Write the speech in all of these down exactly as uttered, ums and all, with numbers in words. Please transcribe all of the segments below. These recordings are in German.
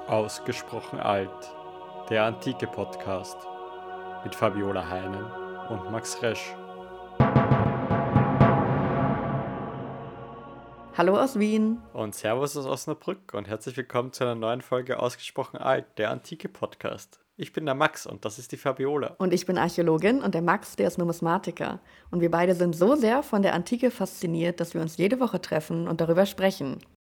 Ausgesprochen alt, der antike Podcast mit Fabiola Heinen und Max Resch. Hallo aus Wien. Und Servus aus Osnabrück und herzlich willkommen zu einer neuen Folge Ausgesprochen alt, der antike Podcast. Ich bin der Max und das ist die Fabiola. Und ich bin Archäologin und der Max, der ist Numismatiker. Und wir beide sind so sehr von der Antike fasziniert, dass wir uns jede Woche treffen und darüber sprechen.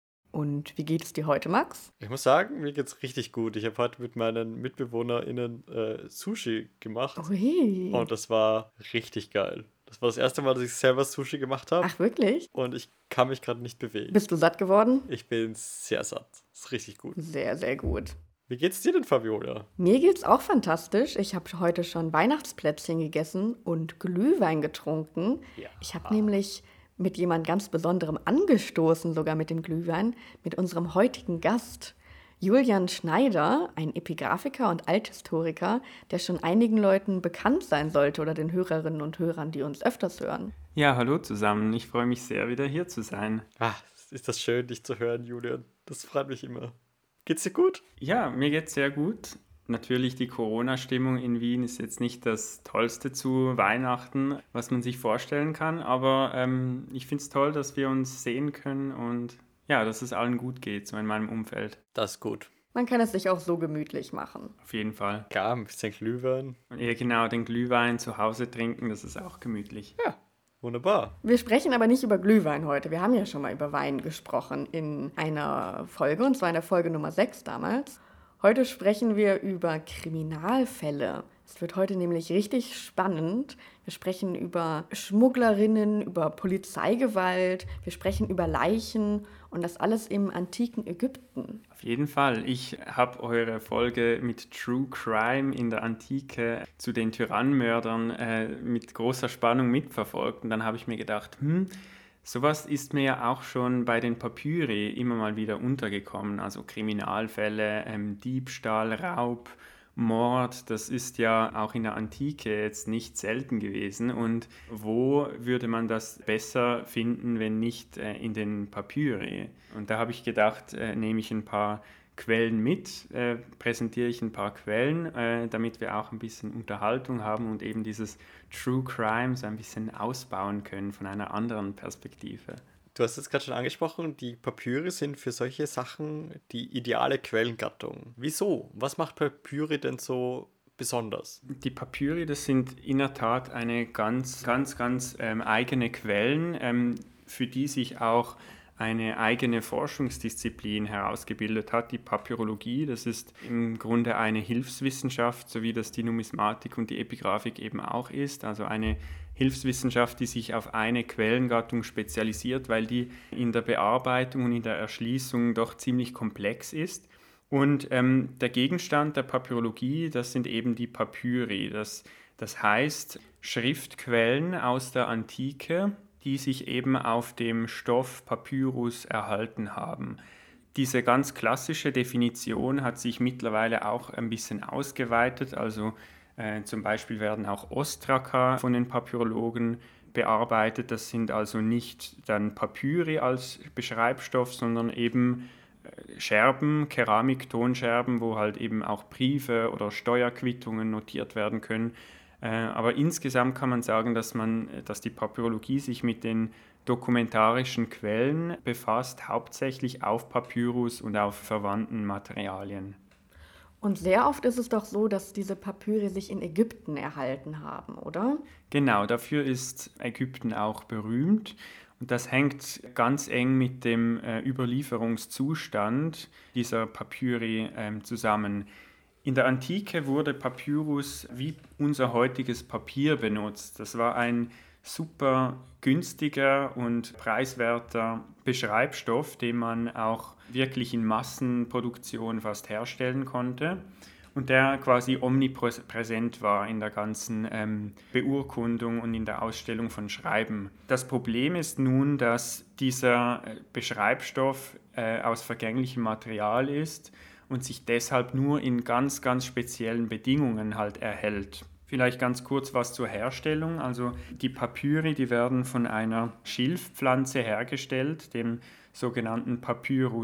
Und wie geht es dir heute, Max? Ich muss sagen, mir geht's richtig gut. Ich habe heute mit meinen MitbewohnerInnen äh, Sushi gemacht. Ui. Und das war richtig geil. Das war das erste Mal, dass ich selber Sushi gemacht habe. Ach, wirklich? Und ich kann mich gerade nicht bewegen. Bist du satt geworden? Ich bin sehr satt. Das ist richtig gut. Sehr, sehr gut. Wie geht's dir denn, Fabiola? Mir geht's auch fantastisch. Ich habe heute schon Weihnachtsplätzchen gegessen und Glühwein getrunken. Ja. Ich habe nämlich mit jemand ganz Besonderem angestoßen, sogar mit dem Glühwein, mit unserem heutigen Gast, Julian Schneider, ein Epigraphiker und Althistoriker, der schon einigen Leuten bekannt sein sollte oder den Hörerinnen und Hörern, die uns öfters hören. Ja, hallo zusammen. Ich freue mich sehr, wieder hier zu sein. Ah, ist das schön, dich zu hören, Julian. Das freut mich immer. Geht's dir gut? Ja, mir geht's sehr gut. Natürlich, die Corona-Stimmung in Wien ist jetzt nicht das Tollste zu Weihnachten, was man sich vorstellen kann, aber ähm, ich finde es toll, dass wir uns sehen können und ja, dass es allen gut geht, so in meinem Umfeld. Das ist gut. Man kann es sich auch so gemütlich machen. Auf jeden Fall. Klar, ein bisschen Glühwein. Und eher genau den Glühwein zu Hause trinken, das ist auch gemütlich. Ja, wunderbar. Wir sprechen aber nicht über Glühwein heute. Wir haben ja schon mal über Wein gesprochen in einer Folge, und zwar in der Folge Nummer sechs damals. Heute sprechen wir über Kriminalfälle. Es wird heute nämlich richtig spannend. Wir sprechen über Schmugglerinnen, über Polizeigewalt, wir sprechen über Leichen und das alles im antiken Ägypten. Auf jeden Fall. Ich habe eure Folge mit True Crime in der Antike zu den Tyrannenmördern äh, mit großer Spannung mitverfolgt. Und dann habe ich mir gedacht, hm, sowas ist mir ja auch schon bei den Papyri immer mal wieder untergekommen. Also Kriminalfälle, ähm, Diebstahl, Raub, Mord, das ist ja auch in der Antike jetzt nicht selten gewesen. Und wo würde man das besser finden, wenn nicht äh, in den Papyri? Und da habe ich gedacht, äh, nehme ich ein paar Quellen mit, äh, präsentiere ich ein paar Quellen, äh, damit wir auch ein bisschen Unterhaltung haben und eben dieses True Crime so ein bisschen ausbauen können von einer anderen Perspektive. Du hast es gerade schon angesprochen, die Papyri sind für solche Sachen die ideale Quellengattung. Wieso? Was macht Papyri denn so besonders? Die Papyri, das sind in der Tat eine ganz, ganz, ganz ähm, eigene Quellen, ähm, für die sich auch eine eigene Forschungsdisziplin herausgebildet hat, die Papyrologie. Das ist im Grunde eine Hilfswissenschaft, so wie das die Numismatik und die Epigraphik eben auch ist. Also eine Hilfswissenschaft, die sich auf eine Quellengattung spezialisiert, weil die in der Bearbeitung und in der Erschließung doch ziemlich komplex ist. Und ähm, der Gegenstand der Papyrologie, das sind eben die Papyri. Das, das heißt Schriftquellen aus der Antike, die sich eben auf dem Stoff Papyrus erhalten haben. Diese ganz klassische Definition hat sich mittlerweile auch ein bisschen ausgeweitet. Also äh, zum Beispiel werden auch Ostraka von den Papyrologen bearbeitet. Das sind also nicht dann Papyri als Beschreibstoff, sondern eben äh, Scherben, Keramik, Tonscherben, wo halt eben auch Briefe oder Steuerquittungen notiert werden können. Aber insgesamt kann man sagen, dass, man, dass die Papyrologie sich mit den dokumentarischen Quellen befasst, hauptsächlich auf Papyrus und auf verwandten Materialien. Und sehr oft ist es doch so, dass diese Papyri sich in Ägypten erhalten haben, oder? Genau, dafür ist Ägypten auch berühmt. Und das hängt ganz eng mit dem äh, Überlieferungszustand dieser Papyri äh, zusammen. In der Antike wurde Papyrus wie unser heutiges Papier benutzt. Das war ein super günstiger und preiswerter Beschreibstoff, den man auch wirklich in Massenproduktion fast herstellen konnte und der quasi omnipräsent war in der ganzen ähm, Beurkundung und in der Ausstellung von Schreiben. Das Problem ist nun, dass dieser Beschreibstoff äh, aus vergänglichem Material ist und sich deshalb nur in ganz, ganz speziellen Bedingungen halt erhält. Vielleicht ganz kurz was zur Herstellung. Also die Papyri, die werden von einer Schilfpflanze hergestellt, dem sogenannten Papyrus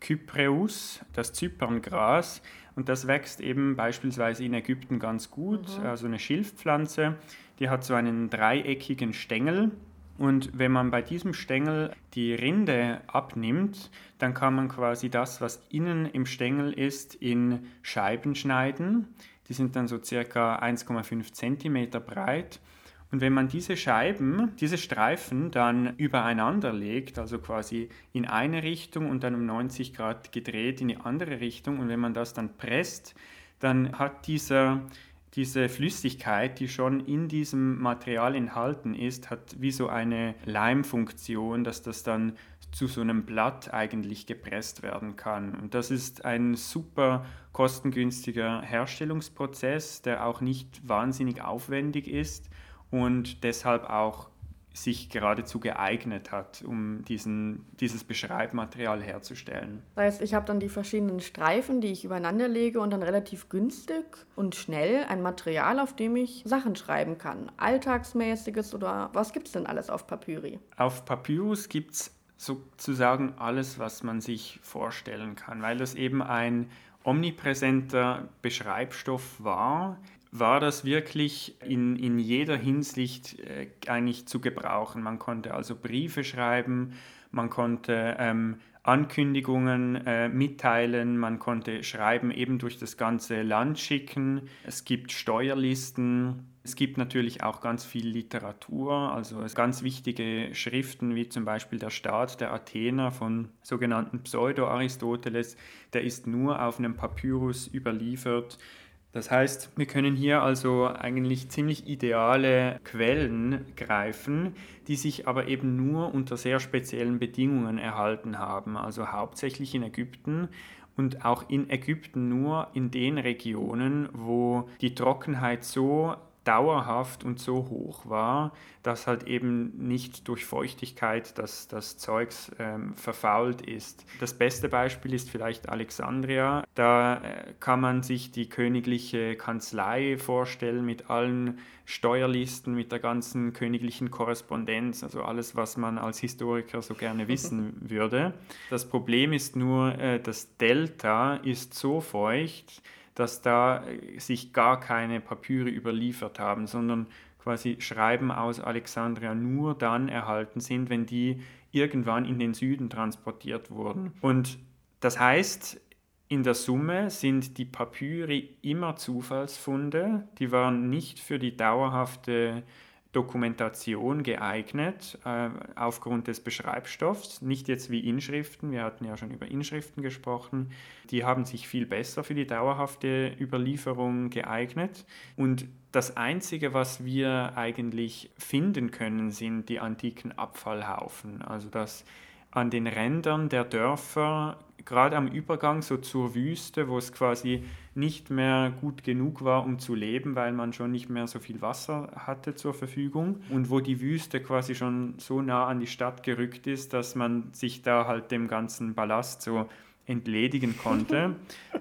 Cypreus, das Zyperngras. Und das wächst eben beispielsweise in Ägypten ganz gut, mhm. also eine Schilfpflanze, die hat so einen dreieckigen Stängel. Und wenn man bei diesem Stängel die Rinde abnimmt, dann kann man quasi das, was innen im Stängel ist, in Scheiben schneiden. Die sind dann so circa eins Komma fünf Zentimeter breit. Und wenn man diese Scheiben, diese Streifen dann übereinander legt, also quasi in eine Richtung und dann um neunzig Grad gedreht in die andere Richtung, und wenn man das dann presst, dann hat dieser, diese Flüssigkeit, die schon in diesem Material enthalten ist, hat wie so eine Leimfunktion, dass das dann zu so einem Blatt eigentlich gepresst werden kann. Und das ist ein super kostengünstiger Herstellungsprozess, der auch nicht wahnsinnig aufwendig ist und deshalb auch sich geradezu geeignet hat, um diesen, dieses Beschreibmaterial herzustellen. Das heißt, ich habe dann die verschiedenen Streifen, die ich übereinander lege und dann relativ günstig und schnell ein Material, auf dem ich Sachen schreiben kann. Alltagsmäßiges oder was gibt es denn alles auf Papyri? Auf Papyrus gibt es sozusagen alles, was man sich vorstellen kann, weil das eben ein omnipräsenter Beschreibstoff war, war das wirklich in, in jeder Hinsicht äh, eigentlich zu gebrauchen. Man konnte also Briefe schreiben, man konnte ähm, Ankündigungen äh, mitteilen, man konnte Schreiben eben durch das ganze Land schicken. Es gibt Steuerlisten, es gibt natürlich auch ganz viel Literatur, also ganz wichtige Schriften wie zum Beispiel der Staat der Athener von sogenannten Pseudo-Aristoteles, der ist nur auf einem Papyrus überliefert. Das heißt, wir können hier also eigentlich ziemlich ideale Quellen greifen, die sich aber eben nur unter sehr speziellen Bedingungen erhalten haben, also hauptsächlich in Ägypten und auch in Ägypten nur in den Regionen, wo die Trockenheit so dauerhaft und so hoch war, dass halt eben nicht durch Feuchtigkeit das, das Zeugs ähm, verfault ist. Das beste Beispiel ist vielleicht Alexandria. Da äh, kann man sich die königliche Kanzlei vorstellen mit allen Steuerlisten, mit der ganzen königlichen Korrespondenz, also alles, was man als Historiker so gerne wissen würde. Das Problem ist nur, äh, das Delta ist so feucht, dass da sich gar keine Papyri überliefert haben, sondern quasi Schreiben aus Alexandria nur dann erhalten sind, wenn die irgendwann in den Süden transportiert wurden. Und das heißt, in der Summe sind die Papyri immer Zufallsfunde, die waren nicht für die dauerhafte Dokumentation geeignet, äh, aufgrund des Beschreibstoffs, nicht jetzt wie Inschriften, wir hatten ja schon über Inschriften gesprochen, die haben sich viel besser für die dauerhafte Überlieferung geeignet. Und das Einzige, was wir eigentlich finden können, sind die antiken Abfallhaufen, also dass an den Rändern der Dörfer, gerade am Übergang so zur Wüste, wo es quasi nicht mehr gut genug war, um zu leben, weil man schon nicht mehr so viel Wasser hatte zur Verfügung und wo die Wüste quasi schon so nah an die Stadt gerückt ist, dass man sich da halt dem ganzen Ballast so entledigen konnte.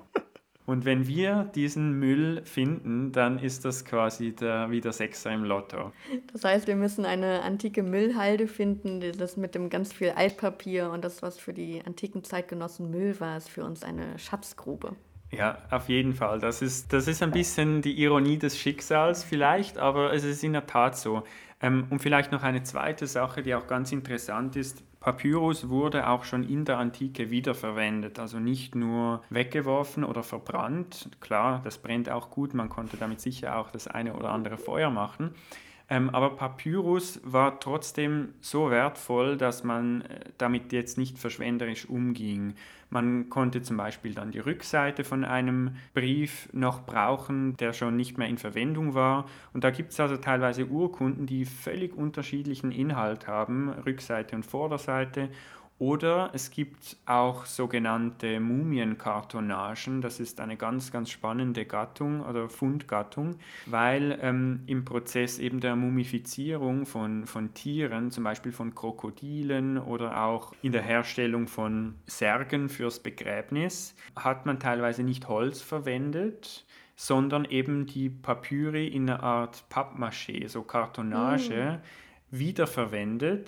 Und wenn wir diesen Müll finden, dann ist das quasi der, wie der Sechser im Lotto. Das heißt, wir müssen eine antike Müllhalde finden, das mit dem ganz viel Altpapier und das, was für die antiken Zeitgenossen Müll war, ist für uns eine Schatzgrube. Ja, auf jeden Fall. Das ist, das ist ein bisschen die Ironie des Schicksals vielleicht, aber es ist in der Tat so. Ähm, und vielleicht noch eine zweite Sache, die auch ganz interessant ist. Papyrus wurde auch schon in der Antike wiederverwendet, also nicht nur weggeworfen oder verbrannt. Klar, das brennt auch gut, man konnte damit sicher auch das eine oder andere Feuer machen. Ähm, aber Papyrus war trotzdem so wertvoll, dass man damit jetzt nicht verschwenderisch umging. Man konnte zum Beispiel dann die Rückseite von einem Brief noch brauchen, der schon nicht mehr in Verwendung war. Und da gibt es also teilweise Urkunden, die völlig unterschiedlichen Inhalt haben, Rückseite und Vorderseite. Oder es gibt auch sogenannte Mumienkartonagen. Das ist eine ganz, ganz spannende Gattung oder Fundgattung, weil ähm, im Prozess eben der Mumifizierung von, von Tieren, zum Beispiel von Krokodilen oder auch in der Herstellung von Särgen fürs Begräbnis, hat man teilweise nicht Holz verwendet, sondern eben die Papyri in einer Art Pappmaché, so Kartonage, mm. wiederverwendet.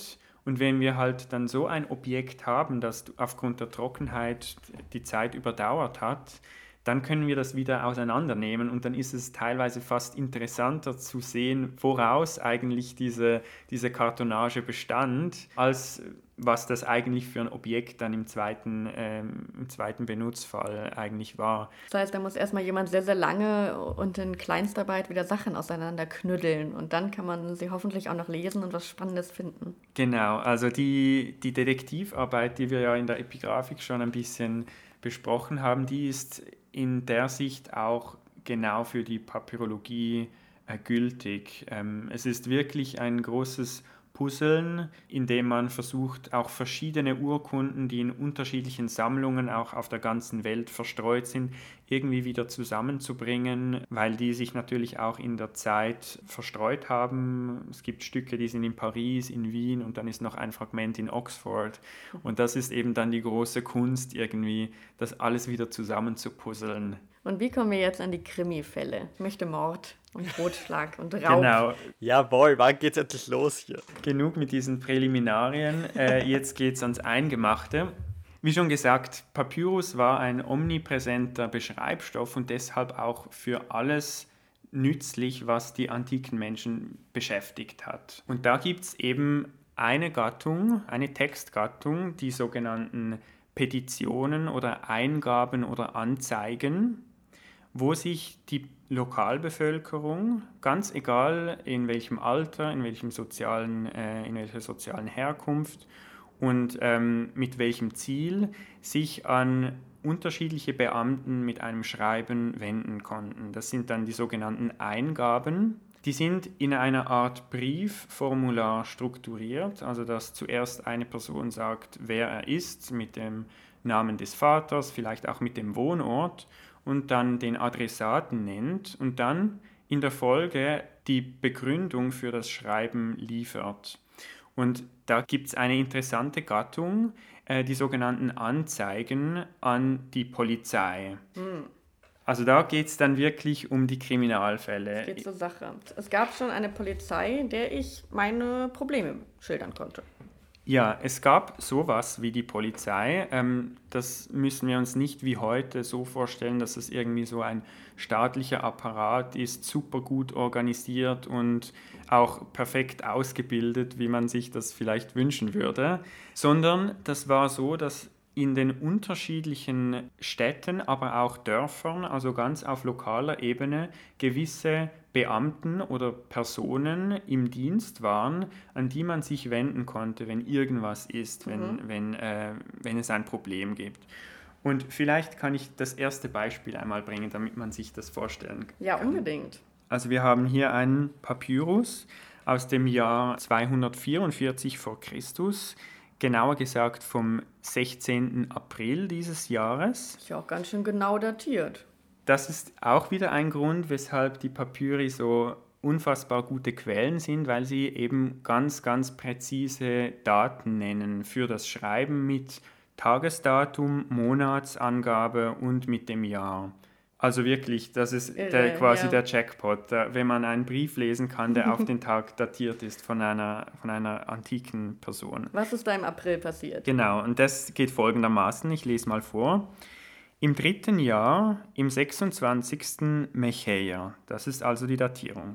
Und wenn wir halt dann so ein Objekt haben, das aufgrund der Trockenheit die Zeit überdauert hat, dann können wir das wieder auseinandernehmen und dann ist es teilweise fast interessanter zu sehen, woraus eigentlich diese, diese Kartonage bestand, als was das eigentlich für ein Objekt dann im zweiten, ähm, im zweiten Benutzfall eigentlich war. Das heißt, da muss erstmal jemand sehr, sehr lange und in Kleinstarbeit wieder Sachen auseinander knüddeln und dann kann man sie hoffentlich auch noch lesen und was Spannendes finden. Genau, also die, die Detektivarbeit, die wir ja in der Epigraphik schon ein bisschen besprochen haben, die ist in der Sicht auch genau für die Papyrologie äh, gültig. Ähm, es ist wirklich ein großes Puzzeln, in dem man versucht, auch verschiedene Urkunden, die in unterschiedlichen Sammlungen auch auf der ganzen Welt verstreut sind, irgendwie wieder zusammenzubringen, weil die sich natürlich auch in der Zeit verstreut haben. Es gibt Stücke, die sind in Paris, in Wien und dann ist noch ein Fragment in Oxford. Und das ist eben dann die große Kunst, irgendwie das alles wieder zusammenzupuzzeln. Und wie kommen wir jetzt an die Krimi-Fälle? Ich möchte Mord und Totschlag und Raub. Genau. Jawohl, wann geht's endlich los hier? Genug mit diesen Präliminarien. Äh, jetzt geht's ans Eingemachte. Wie schon gesagt, Papyrus war ein omnipräsenter Beschreibstoff und deshalb auch für alles nützlich, was die antiken Menschen beschäftigt hat. Und da gibt es eben eine Gattung, eine Textgattung, die sogenannten Petitionen oder Eingaben oder Anzeigen, wo sich die Lokalbevölkerung, ganz egal in welchem Alter, in welchem sozialen, äh, in welcher sozialen Herkunft und ähm, mit welchem Ziel, sich an unterschiedliche Beamten mit einem Schreiben wenden konnten. Das sind dann die sogenannten Eingaben. Die sind in einer Art Briefformular strukturiert, also dass zuerst eine Person sagt, wer er ist, mit dem Namen des Vaters, vielleicht auch mit dem Wohnort und dann den Adressaten nennt und dann in der Folge die Begründung für das Schreiben liefert. Und da gibt es eine interessante Gattung, äh, die sogenannten Anzeigen an die Polizei. Hm. Also da geht es dann wirklich um die Kriminalfälle. Es geht zur Sache. Es gab schon eine Polizei, der ich meine Probleme schildern konnte. Ja, es gab sowas wie die Polizei. Ähm, das müssen wir uns nicht wie heute so vorstellen, dass es irgendwie so ein staatlicher Apparat ist, super gut organisiert und auch perfekt ausgebildet, wie man sich das vielleicht wünschen würde, sondern das war so, dass in den unterschiedlichen Städten, aber auch Dörfern, also ganz auf lokaler Ebene, gewisse Beamten oder Personen im Dienst waren, an die man sich wenden konnte, wenn irgendwas ist, wenn, mhm. wenn, äh, wenn es ein Problem gibt. Und vielleicht kann ich das erste Beispiel einmal bringen, damit man sich das vorstellen kann. Ja, unbedingt. Also wir haben hier einen Papyrus aus dem Jahr zweihundertvierundvierzig vor Christus, genauer gesagt vom sechzehnten April dieses Jahres. Ist ja auch ganz schön genau datiert. Das ist auch wieder ein Grund, weshalb die Papyri so unfassbar gute Quellen sind, weil sie eben ganz, ganz präzise Daten nennen für das Schreiben mit Tagesdatum, Monatsangabe und mit dem Jahr. Also wirklich, das ist der, quasi ja. der Jackpot, der, wenn man einen Brief lesen kann, der auf den Tag datiert ist von einer, von einer antiken Person. Was ist da im April passiert? Genau, und das geht folgendermaßen, ich lese mal vor. Im dritten Jahr, im sechsundzwanzigsten Mecheia, das ist also die Datierung.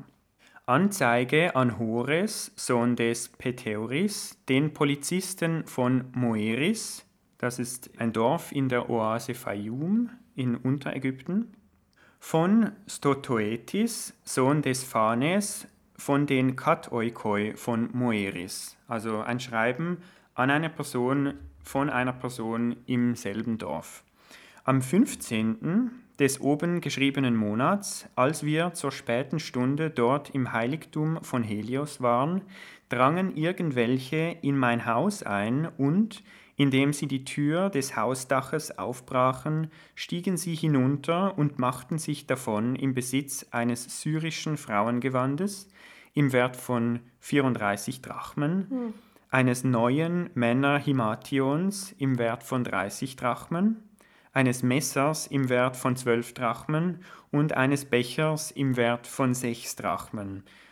Anzeige an Hores, Sohn des Peteoris, den Polizisten von Moeris, das ist ein Dorf in der Oase Fayum in Unterägypten, von Stotoetis, Sohn des Phanes, von den Katoikoi von Moeris, also ein Schreiben an eine Person von einer Person im selben Dorf. Am fünfzehnten des oben geschriebenen Monats, als wir zur späten Stunde dort im Heiligtum von Helios waren, drangen irgendwelche in mein Haus ein und, indem sie die Tür des Hausdaches aufbrachen, stiegen sie hinunter und machten sich davon im Besitz eines syrischen Frauengewandes im Wert von vierunddreißig Drachmen, hm. eines neuen Männer-Himations im Wert von dreißig Drachmen, eines Messers im Wert von zwölf Drachmen und eines Bechers im Wert von sechs Drachmen.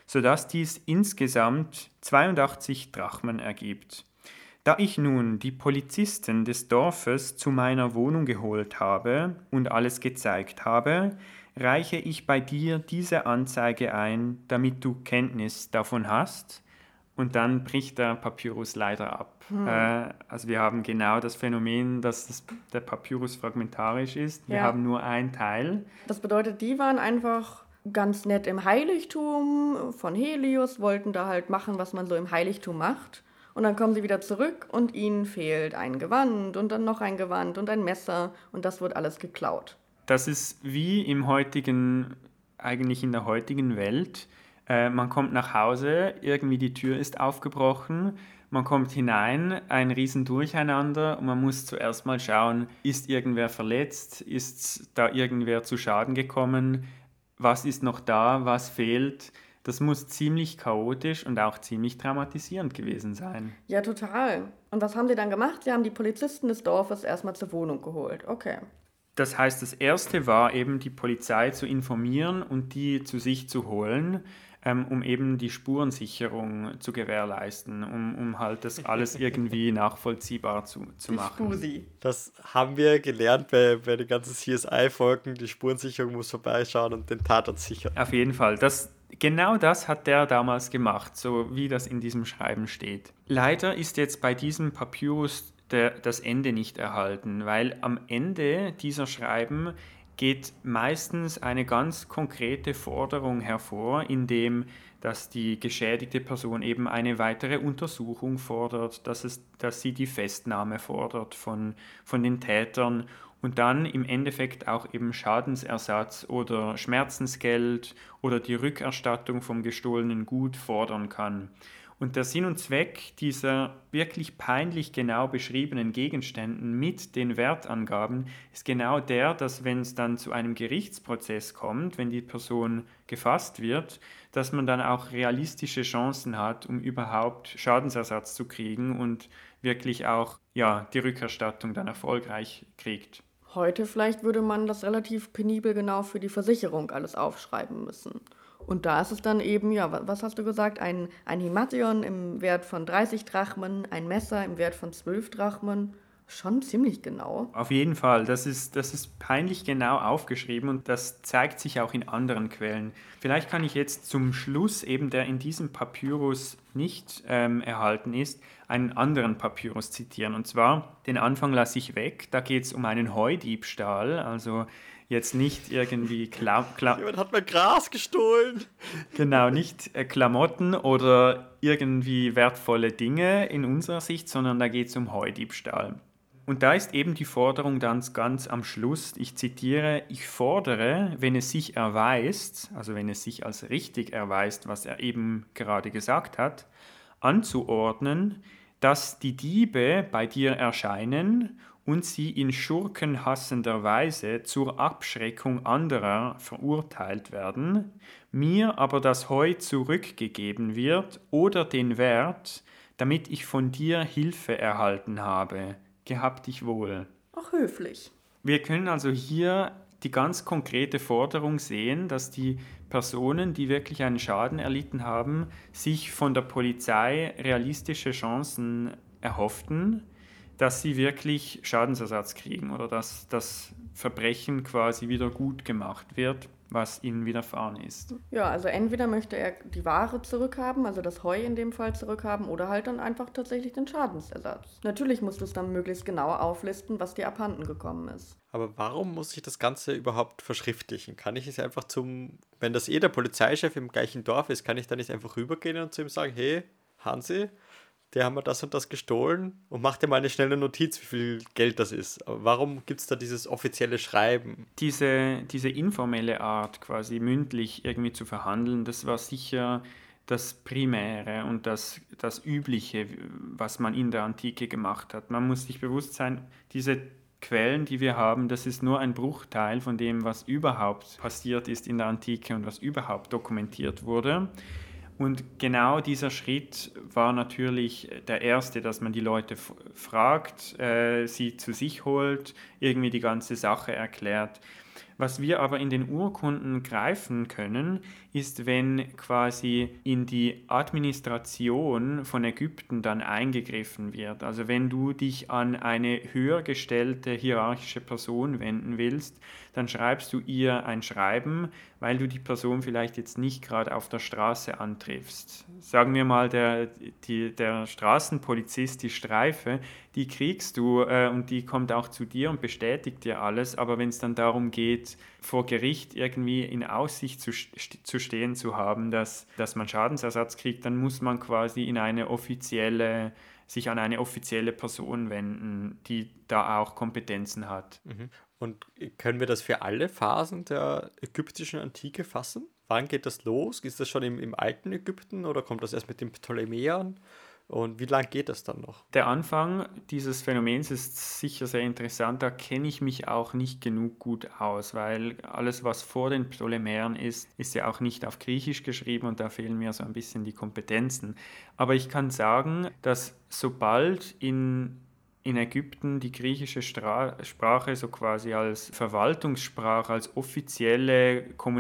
sodass dies insgesamt zweiundachtzig Drachmen ergibt. Da ich nun die Polizisten des Dorfes zu meiner Wohnung geholt habe und alles gezeigt habe, reiche ich bei dir diese Anzeige ein, damit du Kenntnis davon hast. Und dann bricht der Papyrus leider ab. Hm. Äh, also wir haben genau das Phänomen, dass das, der Papyrus fragmentarisch ist. Wir ja. haben nur einen Teil. Das bedeutet, die waren einfach ganz nett im Heiligtum von Helios, wollten da halt machen, was man so im Heiligtum macht. Und dann kommen sie wieder zurück und ihnen fehlt ein Gewand und dann noch ein Gewand und ein Messer und das wird alles geklaut. Das ist wie im heutigen, eigentlich in der heutigen Welt. Äh, man kommt nach Hause, irgendwie die Tür ist aufgebrochen, man kommt hinein, ein riesen Durcheinander und man muss zuerst mal schauen, ist irgendwer verletzt, ist da irgendwer zu Schaden gekommen, was ist noch da, was fehlt. Das muss ziemlich chaotisch und auch ziemlich traumatisierend gewesen sein. Ja, total. Und was haben sie dann gemacht? Sie haben die Polizisten des Dorfes erstmal zur Wohnung geholt. Okay. Das heißt, das Erste war eben, die Polizei zu informieren und die zu sich zu holen, ähm, um eben die Spurensicherung zu gewährleisten, um, um halt das alles irgendwie nachvollziehbar zu, zu machen. Spusi. Das haben wir gelernt bei, bei den ganzen C S I-Folgen. Die Spurensicherung muss vorbeischauen und den Tatort sichern. Auf jeden Fall. Das, genau das hat der damals gemacht, so wie das in diesem Schreiben steht. Leider ist jetzt bei diesem Papyrus der, das Ende nicht erhalten, weil am Ende dieser Schreiben geht meistens eine ganz konkrete Forderung hervor, indem dass die geschädigte Person eben eine weitere Untersuchung fordert, dass, es, dass sie die Festnahme fordert von, von den Tätern und dann im Endeffekt auch eben Schadensersatz oder Schmerzensgeld oder die Rückerstattung vom gestohlenen Gut fordern kann. Und der Sinn und Zweck dieser wirklich peinlich genau beschriebenen Gegenständen mit den Wertangaben ist genau der, dass wenn es dann zu einem Gerichtsprozess kommt, wenn die Person gefasst wird, dass man dann auch realistische Chancen hat, um überhaupt Schadensersatz zu kriegen und wirklich auch ja, die Rückerstattung dann erfolgreich kriegt. Heute vielleicht würde man das relativ penibel genau für die Versicherung alles aufschreiben müssen. Und da ist es dann eben, ja, was hast du gesagt, ein, ein Himation im Wert von dreißig Drachmen, ein Messer im Wert von zwölf Drachmen. Schon ziemlich genau. Auf jeden Fall, das ist, das ist peinlich genau aufgeschrieben und das zeigt sich auch in anderen Quellen. Vielleicht kann ich jetzt zum Schluss, eben der in diesem Papyrus nicht ähm, erhalten ist, einen anderen Papyrus zitieren. Und zwar, den Anfang lasse ich weg, da geht es um einen Heudiebstahl, also jetzt nicht irgendwie Kla- Kla- Jemand hat mein Gras gestohlen. Genau, nicht äh, Klamotten oder irgendwie wertvolle Dinge in unserer Sicht, sondern da geht es um Heudiebstahl. Und da ist eben die Forderung dann ganz am Schluss, ich zitiere, ich fordere, wenn es sich erweist, also wenn es sich als richtig erweist, was er eben gerade gesagt hat, anzuordnen, dass die Diebe bei dir erscheinen und sie in schurkenhassender Weise zur Abschreckung anderer verurteilt werden, mir aber das Heu zurückgegeben wird oder den Wert, damit ich von dir Hilfe erhalten habe. Gehab dich wohl. Auch höflich. Wir können also hier die ganz konkrete Forderung sehen, dass die Personen, die wirklich einen Schaden erlitten haben, sich von der Polizei realistische Chancen erhofften, dass sie wirklich Schadensersatz kriegen oder dass das Verbrechen quasi wieder gut gemacht wird, was ihnen widerfahren ist. Ja, also entweder möchte er die Ware zurückhaben, also das Heu in dem Fall zurückhaben, oder halt dann einfach tatsächlich den Schadensersatz. Natürlich musst du es dann möglichst genau auflisten, was dir abhanden gekommen ist. Aber warum muss ich das Ganze überhaupt verschriftlichen? Kann ich es einfach zum, wenn das eh der Polizeichef im gleichen Dorf ist, kann ich da nicht einfach rübergehen und zu ihm sagen, hey, Hansi, der haben wir das und das gestohlen und mach dir mal eine schnelle Notiz, wie viel Geld das ist. Aber warum gibt es da dieses offizielle Schreiben? Diese, diese informelle Art, quasi mündlich irgendwie zu verhandeln, das war sicher das Primäre und das, das Übliche, was man in der Antike gemacht hat. Man muss sich bewusst sein, diese Quellen, die wir haben, das ist nur ein Bruchteil von dem, was überhaupt passiert ist in der Antike und was überhaupt dokumentiert wurde. Und genau dieser Schritt war natürlich der erste, dass man die Leute f- fragt, äh, sie zu sich holt, irgendwie die ganze Sache erklärt. Was wir aber in den Urkunden greifen können, ist, wenn quasi in die Administration von Ägypten dann eingegriffen wird. Also wenn du dich an eine höher gestellte hierarchische Person wenden willst, dann schreibst du ihr ein Schreiben, weil du die Person vielleicht jetzt nicht gerade auf der Straße antriffst. Sagen wir mal, der, die, der Straßenpolizist, die Streife, die kriegst du äh, und die kommt auch zu dir und bestätigt dir alles, aber wenn es dann darum geht, vor Gericht irgendwie in Aussicht zu, zu stehen zu haben, dass, dass man Schadensersatz kriegt, dann muss man quasi in eine offizielle, sich an eine offizielle Person wenden, die da auch Kompetenzen hat. Mhm. Und können wir das für alle Phasen der ägyptischen Antike fassen? Wann geht das los? Ist das schon im, im alten Ägypten oder kommt das erst mit den Ptolemäern? Und wie lange geht das dann noch? Der Anfang dieses Phänomens ist sicher sehr interessant. Da kenne ich mich auch nicht genug gut aus, weil alles, was vor den Ptolemäern ist, ist ja auch nicht auf Griechisch geschrieben und da fehlen mir so ein bisschen die Kompetenzen. Aber ich kann sagen, dass sobald in in Ägypten die griechische Stra- Sprache so quasi als Verwaltungssprache, als offizielle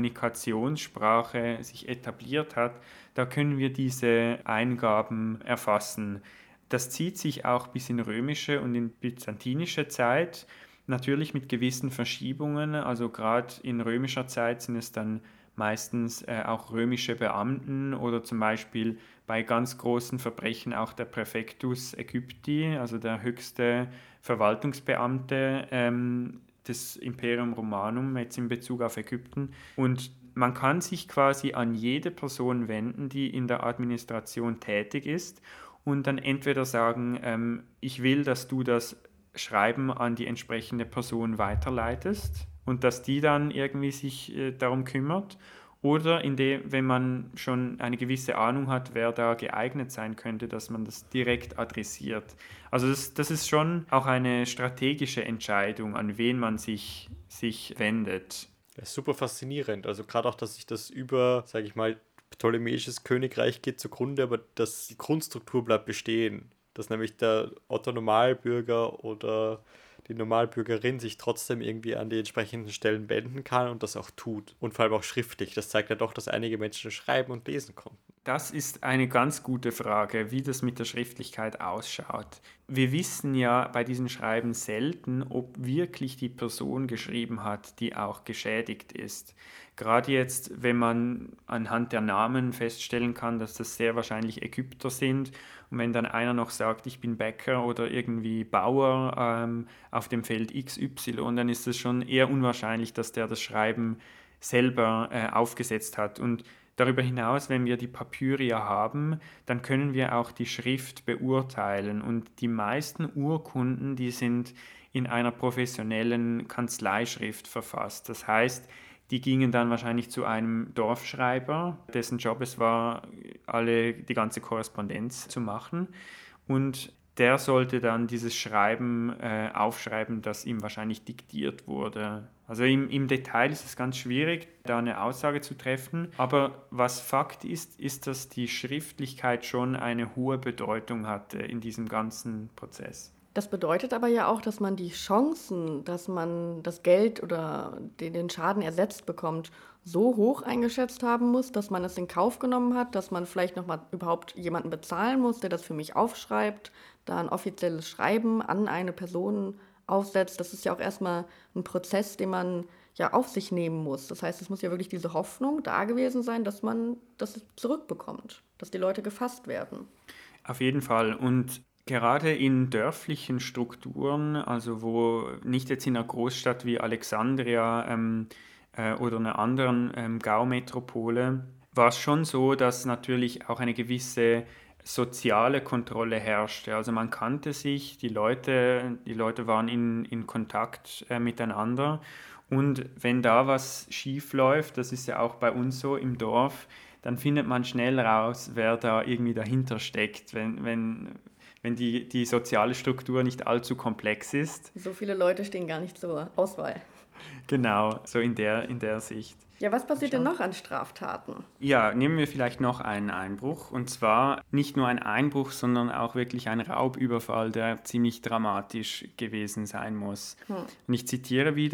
Kommunikationssprache sich etabliert hat, da können wir diese Eingaben erfassen. Das zieht sich auch bis in römische und in byzantinische Zeit, natürlich mit gewissen Verschiebungen. Also gerade in römischer Zeit sind es dann meistens äh, auch römische Beamten oder zum Beispiel bei ganz großen Verbrechen auch der Praefectus Aegypti, also der höchste Verwaltungsbeamte ähm, des Imperium Romanum, jetzt in Bezug auf Ägypten. Und man kann sich quasi an jede Person wenden, die in der Administration tätig ist und dann entweder sagen, ähm, ich will, dass du das Schreiben an die entsprechende Person weiterleitest und dass die dann irgendwie sich äh, darum kümmert. Oder indem, wenn man schon eine gewisse Ahnung hat, wer da geeignet sein könnte, dass man das direkt adressiert. Also das, das ist schon auch eine strategische Entscheidung, an wen man sich, sich wendet. Das ist super faszinierend. Also gerade auch, dass sich das über, sage ich mal, ptolemäisches Königreich geht zugrunde, aber dass die Grundstruktur bleibt bestehen. Dass nämlich der Otto-Normalbürger oder die Normalbürgerin sich trotzdem irgendwie an die entsprechenden Stellen wenden kann und das auch tut. Und vor allem auch schriftlich. Das zeigt ja doch, dass einige Menschen schreiben und lesen konnten. Das ist eine ganz gute Frage, wie das mit der Schriftlichkeit ausschaut. Wir wissen ja bei diesen Schreiben selten, ob wirklich die Person geschrieben hat, die auch geschädigt ist. Gerade jetzt, wenn man anhand der Namen feststellen kann, dass das sehr wahrscheinlich Ägypter sind und wenn dann einer noch sagt, ich bin Bäcker oder irgendwie Bauer ähm, auf dem Feld X Y, dann ist es schon eher unwahrscheinlich, dass der das Schreiben selber äh, aufgesetzt hat. Und darüber hinaus, wenn wir die Papyria haben, dann können wir auch die Schrift beurteilen. Und die meisten Urkunden, die sind in einer professionellen Kanzleischrift verfasst. Das heißt, die gingen dann wahrscheinlich zu einem Dorfschreiber, dessen Job es war, alle, die ganze Korrespondenz zu machen. Und der sollte dann dieses Schreiben äh, aufschreiben, das ihm wahrscheinlich diktiert wurde. Also im, im Detail ist es ganz schwierig, da eine Aussage zu treffen. Aber was Fakt ist, ist, dass die Schriftlichkeit schon eine hohe Bedeutung hatte in diesem ganzen Prozess. Das bedeutet aber ja auch, dass man die Chancen, dass man das Geld oder den, den Schaden ersetzt bekommt, so hoch eingeschätzt haben muss, dass man es in Kauf genommen hat, dass man vielleicht nochmal überhaupt jemanden bezahlen muss, der das für mich aufschreibt, da ein offizielles Schreiben an eine Person aufsetzt. Das ist ja auch erstmal ein Prozess, den man ja auf sich nehmen muss. Das heißt, es muss ja wirklich diese Hoffnung da gewesen sein, dass man das zurückbekommt, dass die Leute gefasst werden. Auf jeden Fall. Und gerade in dörflichen Strukturen, also wo nicht jetzt in einer Großstadt wie Alexandria ähm, äh, oder einer anderen ähm, Gaumetropole, war es schon so, dass natürlich auch eine gewisse soziale Kontrolle herrschte. Also man kannte sich, die Leute, die Leute waren in, in Kontakt äh, miteinander. Und wenn da was schief läuft, das ist ja auch bei uns so im Dorf, dann findet man schnell raus, wer da irgendwie dahinter steckt, wenn, wenn, wenn die, die soziale Struktur nicht allzu komplex ist. So viele Leute stehen gar nicht zur Auswahl. Genau, so in der, in der Sicht. Ja, was passiert denn noch an Straftaten? Ja, nehmen wir vielleicht noch einen Einbruch. Und zwar nicht nur ein Einbruch, sondern auch wirklich ein Raubüberfall, der ziemlich dramatisch gewesen sein muss. Hm. Und ich zitiere wieder: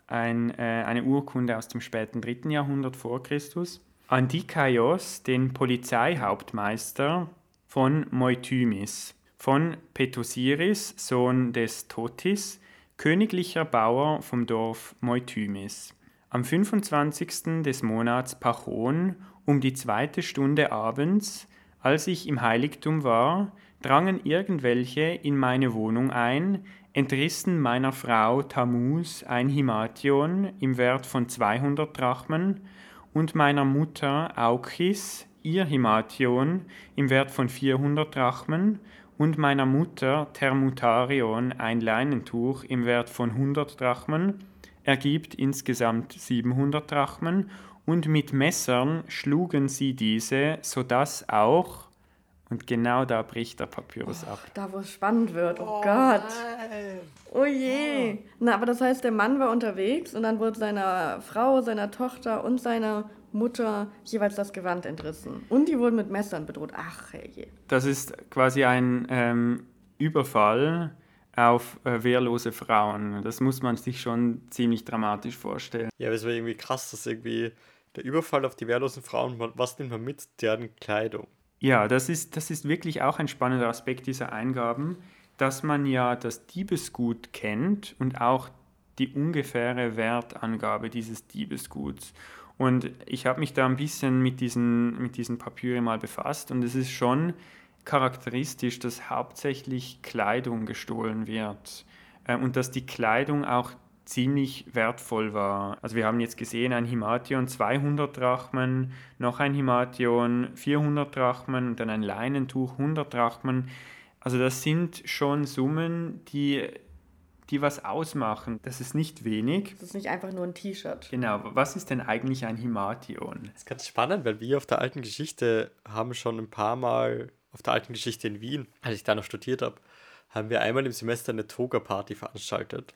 ein, äh, eine Urkunde aus dem späten dritten Jahrhundert vor Christus. Andikaios, den Polizeihauptmeister von Moitymis, von Petosiris, Sohn des Totis, königlicher Bauer vom Dorf Moitymis. Am fünfundzwanzigsten des Monats Pachon, um die zweite Stunde abends, als ich im Heiligtum war, drangen irgendwelche in meine Wohnung ein, entrissen meiner Frau Tammuz ein Himation im Wert von zweihundert Drachmen und meiner Mutter Aukis ihr Himation im Wert von vierhundert Drachmen und meiner Mutter Thermutarion ein Leinentuch im Wert von hundert Drachmen, ergibt insgesamt siebenhundert Drachmen, und mit Messern schlugen sie diese, sodass auch, und genau da bricht der Papyrus oh, ab. Da, wo es spannend wird, oh, Oh Gott. nein. Oh je. Na, aber das heißt, der Mann war unterwegs und dann wurde seiner Frau, seiner Tochter und seiner Mutter jeweils das Gewand entrissen. Und die wurden mit Messern bedroht. Ach, herrje. Das ist quasi ein ähm, Überfall auf äh, wehrlose Frauen. Das muss man sich schon ziemlich dramatisch vorstellen. Ja, aber es war irgendwie krass, dass irgendwie der Überfall auf die wehrlosen Frauen, was nimmt man mit? Deren Kleidung. Ja, das ist, das ist wirklich auch ein spannender Aspekt dieser Eingaben, dass man ja das Diebesgut kennt und auch die ungefähre Wertangabe dieses Diebesguts. Und ich habe mich da ein bisschen mit diesen, mit diesen Papyri mal befasst und es ist schon charakteristisch, dass hauptsächlich Kleidung gestohlen wird äh, und dass die Kleidung auch ziemlich wertvoll war. Also wir haben jetzt gesehen, ein Himation zweihundert Drachmen, noch ein Himation vierhundert Drachmen und dann ein Leinentuch hundert Drachmen. Also das sind schon Summen, die, die was ausmachen. Das ist nicht wenig. Das ist nicht einfach nur ein T-Shirt. Genau, was ist denn eigentlich ein Himation? Das ist ganz spannend, weil wir auf der alten Geschichte haben schon ein paar Mal, auf der alten Geschichte in Wien, als ich da noch studiert habe, haben wir einmal im Semester eine Toga-Party veranstaltet.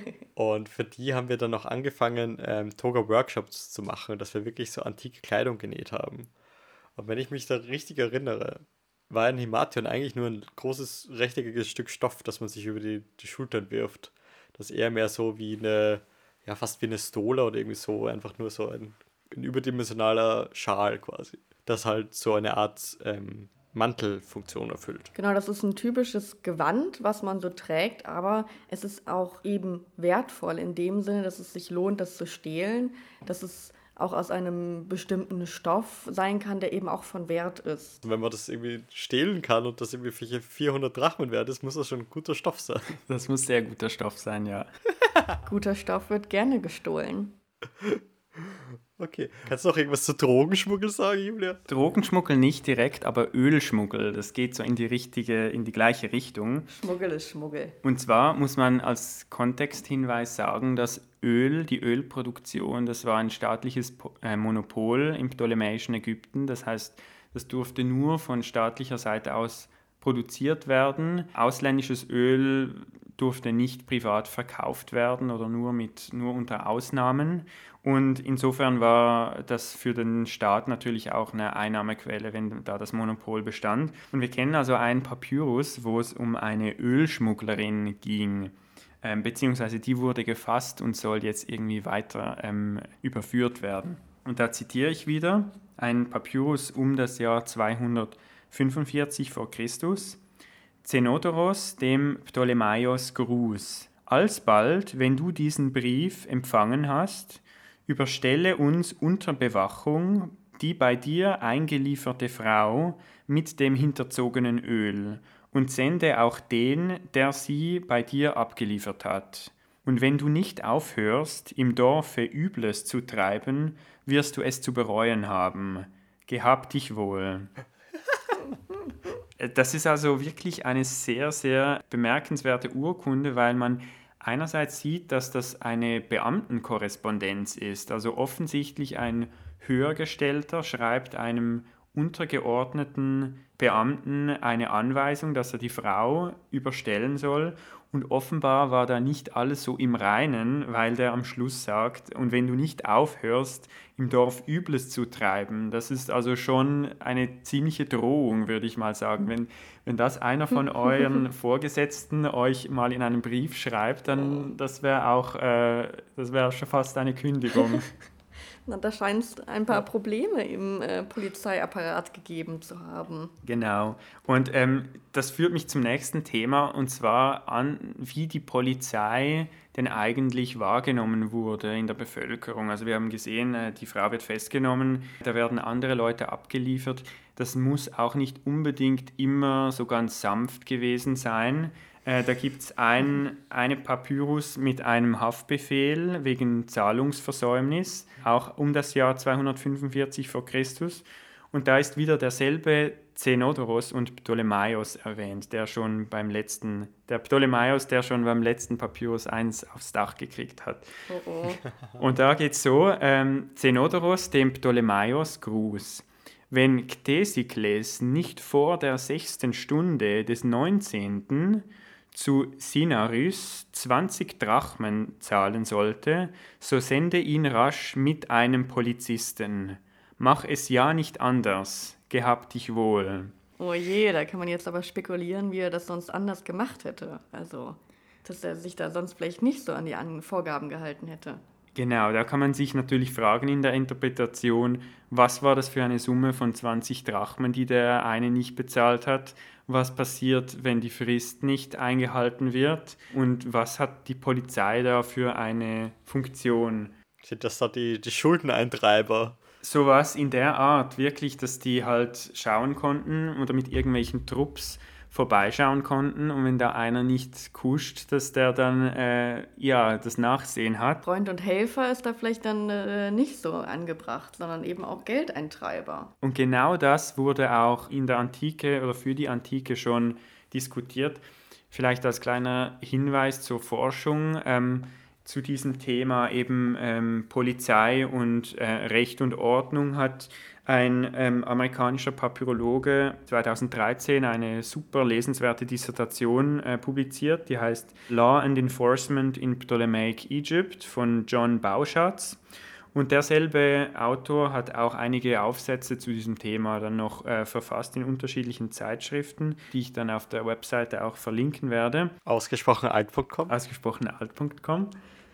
Und für die haben wir dann noch angefangen, ähm, Toga-Workshops zu machen, dass wir wirklich so antike Kleidung genäht haben. Und wenn ich mich da richtig erinnere, war ein Himation eigentlich nur ein großes, rechteckiges Stück Stoff, das man sich über die, die Schultern wirft. Das eher mehr so wie eine, ja fast wie eine Stola oder irgendwie so, einfach nur so ein, ein überdimensionaler Schal quasi. Das halt so eine Art ähm, Mantelfunktion erfüllt. Genau, das ist ein typisches Gewand, was man so trägt, aber es ist auch eben wertvoll in dem Sinne, dass es sich lohnt, das zu stehlen, dass es auch aus einem bestimmten Stoff sein kann, der eben auch von Wert ist. Und wenn man das irgendwie stehlen kann und das irgendwie für vierhundert Drachmen wert ist, muss das schon ein guter Stoff sein. Das muss sehr guter Stoff sein, ja. Guter Stoff wird gerne gestohlen. Okay. Kannst du noch irgendwas zu Drogenschmuggel sagen, Julia? Drogenschmuggel nicht direkt, aber Ölschmuggel, das geht so in die richtige, in die gleiche Richtung. Schmuggel ist Schmuggel. Und zwar muss man als Kontexthinweis sagen, dass Öl, die Ölproduktion, das war ein staatliches Monopol im ptolemäischen Ägypten. Das heißt, das durfte nur von staatlicher Seite aus produziert werden. Ausländisches Öl durfte nicht privat verkauft werden oder nur, mit, nur unter Ausnahmen. Und insofern war das für den Staat natürlich auch eine Einnahmequelle, wenn da das Monopol bestand. Und wir kennen also einen Papyrus, wo es um eine Ölschmugglerin ging, ähm, beziehungsweise die wurde gefasst und soll jetzt irgendwie weiter ähm, überführt werden. Und da zitiere ich wieder, ein Papyrus um das Jahr zweihundertfünfundvierzig vor Christus. Zenodoros dem Ptolemaios Gruß. Alsbald, wenn du diesen Brief empfangen hast, überstelle uns unter Bewachung die bei dir eingelieferte Frau mit dem hinterzogenen Öl und sende auch den, der sie bei dir abgeliefert hat. Und wenn du nicht aufhörst, im Dorfe Übles zu treiben, wirst du es zu bereuen haben. Gehab dich wohl. Das ist also wirklich eine sehr, sehr bemerkenswerte Urkunde, weil man einerseits sieht, dass das eine Beamtenkorrespondenz ist. Also offensichtlich ein Höhergestellter schreibt einem untergeordneten Beamten eine Anweisung, dass er die Frau überstellen soll. Und offenbar war da nicht alles so im Reinen, weil der am Schluss sagt, und wenn du nicht aufhörst, im Dorf Übles zu treiben, das ist also schon eine ziemliche Drohung, würde ich mal sagen. Wenn, wenn das einer von euren Vorgesetzten euch mal in einem Brief schreibt, dann das wäre auch, äh, das wäre schon fast eine Kündigung. Na, da scheint es ein paar Probleme im äh, Polizeiapparat gegeben zu haben. Genau. Und ähm, das führt mich zum nächsten Thema, und zwar an, wie die Polizei denn eigentlich wahrgenommen wurde in der Bevölkerung. Also wir haben gesehen, äh, die Frau wird festgenommen, da werden andere Leute abgeliefert. Das muss auch nicht unbedingt immer so ganz sanft gewesen sein. Äh, da gibt es ein, eine Papyrus mit einem Haftbefehl wegen Zahlungsversäumnis, auch um das Jahr zweihundertfünfundvierzig vor Christus. Und da ist wieder derselbe Zenodoros und Ptolemaios erwähnt, der schon beim letzten, der Ptolemaios, der schon beim letzten Papyrus eins aufs Dach gekriegt hat. Oh oh. Und da geht es so, ähm, Zenodoros dem Ptolemaios Gruß. Wenn Ctesikles nicht vor der sechsten Stunde des neunzehnten zu Sinarys zwanzig Drachmen zahlen sollte, so sende ihn rasch mit einem Polizisten. Mach es ja nicht anders, gehab dich wohl. Oh je, da kann man jetzt aber spekulieren, wie er das sonst anders gemacht hätte. Also, dass er sich da sonst vielleicht nicht so an die An- Vorgaben gehalten hätte. Genau, da kann man sich natürlich fragen in der Interpretation, was war das für eine Summe von zwanzig Drachmen, die der eine nicht bezahlt hat? Was passiert, wenn die Frist nicht eingehalten wird? Und was hat die Polizei da für eine Funktion? Sind das da die, die Schuldeneintreiber? Sowas in der Art, wirklich, dass die halt schauen konnten oder mit irgendwelchen Trupps vorbeischauen konnten, und wenn da einer nicht kuscht, dass der dann äh, ja das Nachsehen hat. Freund und Helfer ist da vielleicht dann äh, nicht so angebracht, sondern eben auch Geldeintreiber. Und genau das wurde auch in der Antike oder für die Antike schon diskutiert. Vielleicht als kleiner Hinweis zur Forschung ähm, zu diesem Thema eben ähm, Polizei und äh, Recht und Ordnung hat ein ähm, amerikanischer Papyrologe zweitausenddreizehn eine super lesenswerte Dissertation äh, publiziert, die heißt Law and Enforcement in Ptolemaic Egypt von John Bauschatz. Und derselbe Autor hat auch einige Aufsätze zu diesem Thema dann noch äh, verfasst in unterschiedlichen Zeitschriften, die ich dann auf der Webseite auch verlinken werde. Ausgesprochen alt punkt com. Ausgesprochen alt punkt com.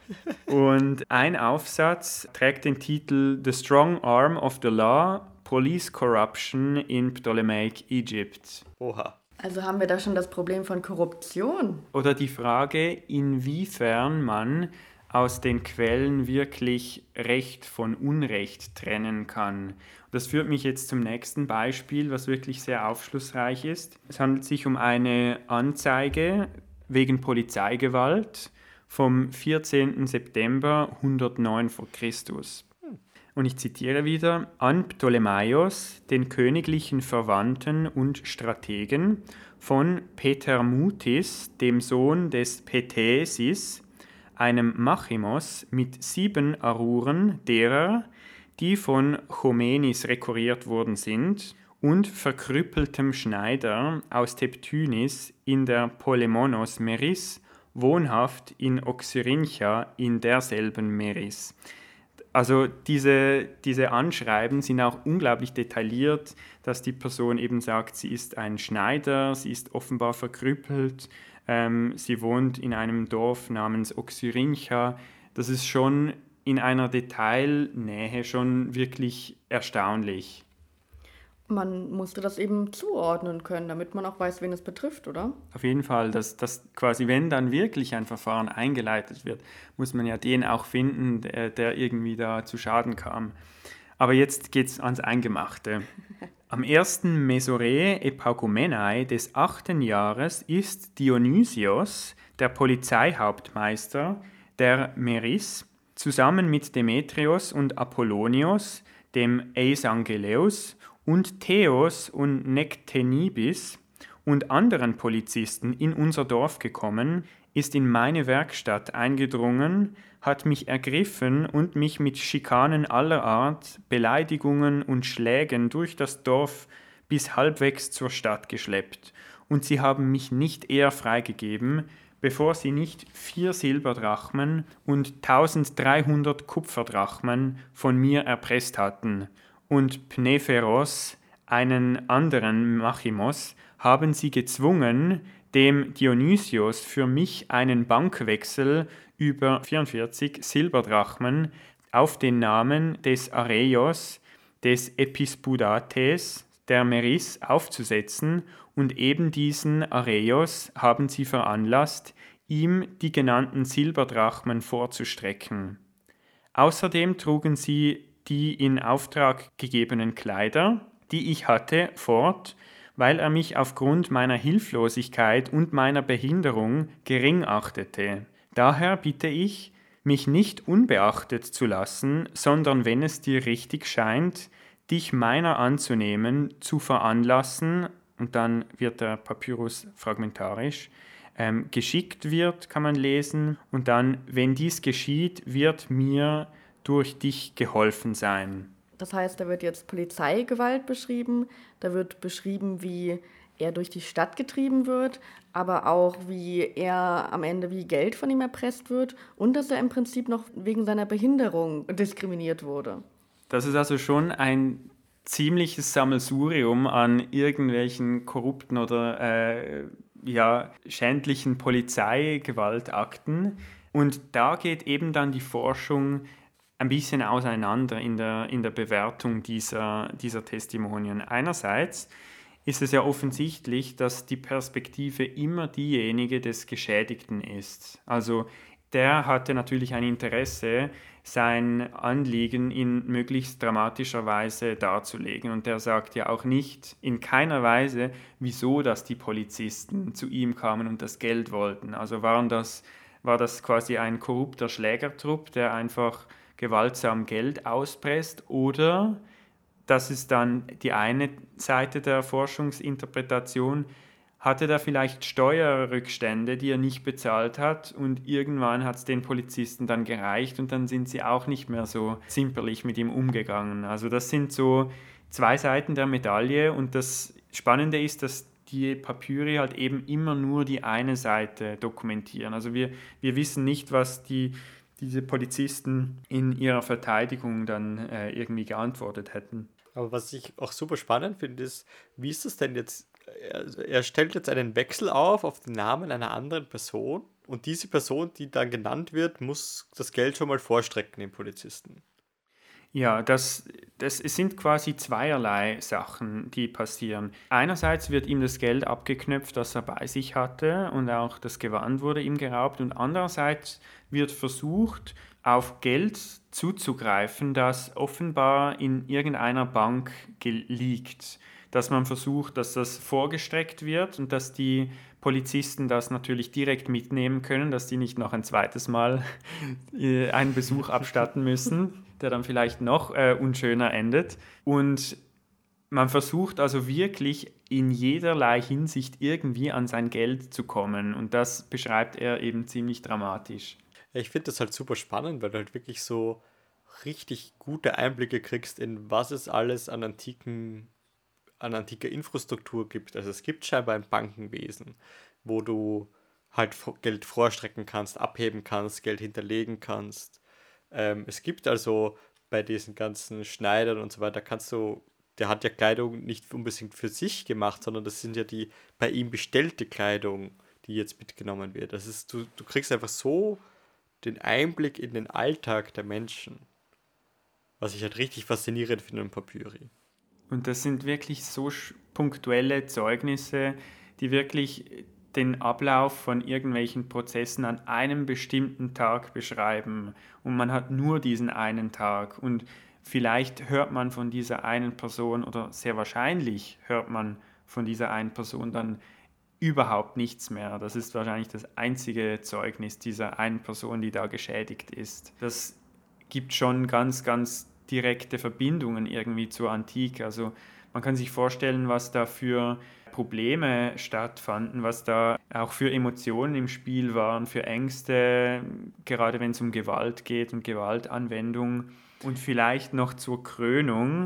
Und ein Aufsatz trägt den Titel The Strong Arm of the Law, Police Corruption in Ptolemaic Egypt. Oha. Also haben wir da schon das Problem von Korruption? Oder die Frage, inwiefern man aus den Quellen wirklich Recht von Unrecht trennen kann. Das führt mich jetzt zum nächsten Beispiel, was wirklich sehr aufschlussreich ist. Es handelt sich um eine Anzeige wegen Polizeigewalt vom vierzehnten September hundertneun vor Christus. Und ich zitiere wieder: An Ptolemaios, den königlichen Verwandten und Strategen, von Petermutis, dem Sohn des Pethesis, einem Machimos mit sieben Aruren derer, die von Chomenis rekurriert worden sind, und verkrüppeltem Schneider aus Teptynis in der Polemonos Meris, wohnhaft in Oxyrhyncha in derselben Meris. Also diese, diese Anschreiben sind auch unglaublich detailliert, dass die Person eben sagt, sie ist ein Schneider, sie ist offenbar verkrüppelt, ähm, sie wohnt in einem Dorf namens Oxyrhyncha. Das ist schon in einer Detailnähe schon wirklich erstaunlich. Man musste das eben zuordnen können, damit man auch weiß, wen es betrifft, oder? Auf jeden Fall, dass, dass quasi, wenn dann wirklich ein Verfahren eingeleitet wird, muss man ja den auch finden, der, der irgendwie da zu Schaden kam. Aber jetzt geht es ans Eingemachte. Am ersten Mesore Epaukumenai des achten Jahres ist Dionysios, der Polizeihauptmeister der Meris, zusammen mit Demetrios und Apollonios, dem Eisangeleus, und Theos und Nektenibis und anderen Polizisten in unser Dorf gekommen, ist in meine Werkstatt eingedrungen, hat mich ergriffen und mich mit Schikanen aller Art, Beleidigungen und Schlägen durch das Dorf bis halbwegs zur Stadt geschleppt. Und sie haben mich nicht eher freigegeben, bevor sie nicht vier Silberdrachmen und eintausenddreihundert Kupferdrachmen von mir erpresst hatten. Und Pnepheros, einen anderen Machimos, haben sie gezwungen, dem Dionysios für mich einen Bankwechsel über vierundvierzig Silberdrachmen auf den Namen des Areios, des Epispudates, der Meris aufzusetzen, und eben diesen Areios haben sie veranlasst, ihm die genannten Silberdrachmen vorzustrecken. Außerdem trugen sie die in Auftrag gegebenen Kleider, die ich hatte, fort, weil er mich aufgrund meiner Hilflosigkeit und meiner Behinderung gering achtete. Daher bitte ich, mich nicht unbeachtet zu lassen, sondern wenn es dir richtig scheint, dich meiner anzunehmen, zu veranlassen, und dann wird der Papyrus fragmentarisch, ähm, geschickt wird, kann man lesen, und dann, wenn dies geschieht, wird mir durch dich geholfen sein. Das heißt, da wird jetzt Polizeigewalt beschrieben, da wird beschrieben, wie er durch die Stadt getrieben wird, aber auch, wie er am Ende wie Geld von ihm erpresst wird und dass er im Prinzip noch wegen seiner Behinderung diskriminiert wurde. Das ist also schon ein ziemliches Sammelsurium an irgendwelchen korrupten oder äh, ja, schändlichen Polizeigewaltakten. Und da geht eben dann die Forschung ein bisschen auseinander in der, in der Bewertung dieser, dieser Testimonien. Einerseits ist es ja offensichtlich, dass die Perspektive immer diejenige des Geschädigten ist. Also der hatte natürlich ein Interesse, sein Anliegen in möglichst dramatischer Weise darzulegen. Und der sagt ja auch nicht in keiner Weise, wieso dass die Polizisten zu ihm kamen und das Geld wollten. Also waren das, war das quasi ein korrupter Schlägertrupp, der einfach gewaltsam Geld auspresst, oder, das ist dann die eine Seite der Forschungsinterpretation, hatte da vielleicht Steuerrückstände, die er nicht bezahlt hat, und irgendwann hat es den Polizisten dann gereicht und dann sind sie auch nicht mehr so zimperlich mit ihm umgegangen. Also das sind so zwei Seiten der Medaille, und das Spannende ist, dass die Papyri halt eben immer nur die eine Seite dokumentieren. Also wir, wir wissen nicht, was die, diese Polizisten in ihrer Verteidigung dann äh, irgendwie geantwortet hätten. Aber was ich auch super spannend finde, ist, wie ist das denn jetzt? Also er stellt jetzt einen Wechsel auf auf den Namen einer anderen Person, und diese Person, die dann genannt wird, muss das Geld schon mal vorstrecken dem Polizisten. Ja, das, das es sind quasi zweierlei Sachen, die passieren. Einerseits wird ihm das Geld abgeknöpft, das er bei sich hatte, und auch das Gewand wurde ihm geraubt, und andererseits wird versucht, auf Geld zuzugreifen, das offenbar in irgendeiner Bank liegt. Dass man versucht, dass das vorgestreckt wird und dass die Polizisten das natürlich direkt mitnehmen können, dass die nicht noch ein zweites Mal einen Besuch abstatten müssen, der dann vielleicht noch äh, unschöner endet. Und man versucht also wirklich in jederlei Hinsicht irgendwie an sein Geld zu kommen, und das beschreibt er eben ziemlich dramatisch. Ich finde das halt super spannend, weil du halt wirklich so richtig gute Einblicke kriegst, in was es alles an antiken an antiker Infrastruktur gibt. Also es gibt scheinbar ein Bankenwesen, wo du halt Geld vorstrecken kannst, abheben kannst, Geld hinterlegen kannst. Ähm, es gibt also bei diesen ganzen Schneidern und so weiter, kannst du, der hat ja Kleidung nicht unbedingt für sich gemacht, sondern das sind ja die bei ihm bestellte Kleidung, die jetzt mitgenommen wird. Das ist, du, du kriegst einfach so den Einblick in den Alltag der Menschen, was ich halt richtig faszinierend finde an Papyri. Und das sind wirklich so punktuelle Zeugnisse, die wirklich den Ablauf von irgendwelchen Prozessen an einem bestimmten Tag beschreiben. Und man hat nur diesen einen Tag. Und vielleicht hört man von dieser einen Person, oder sehr wahrscheinlich hört man von dieser einen Person dann überhaupt nichts mehr. Das ist wahrscheinlich das einzige Zeugnis dieser einen Person, die da geschädigt ist. Das gibt schon ganz, ganz direkte Verbindungen irgendwie zur Antike. Also man kann sich vorstellen, was da für Probleme stattfanden, was da auch für Emotionen im Spiel waren, für Ängste, gerade wenn es um Gewalt geht und Gewaltanwendung. Und vielleicht noch zur Krönung,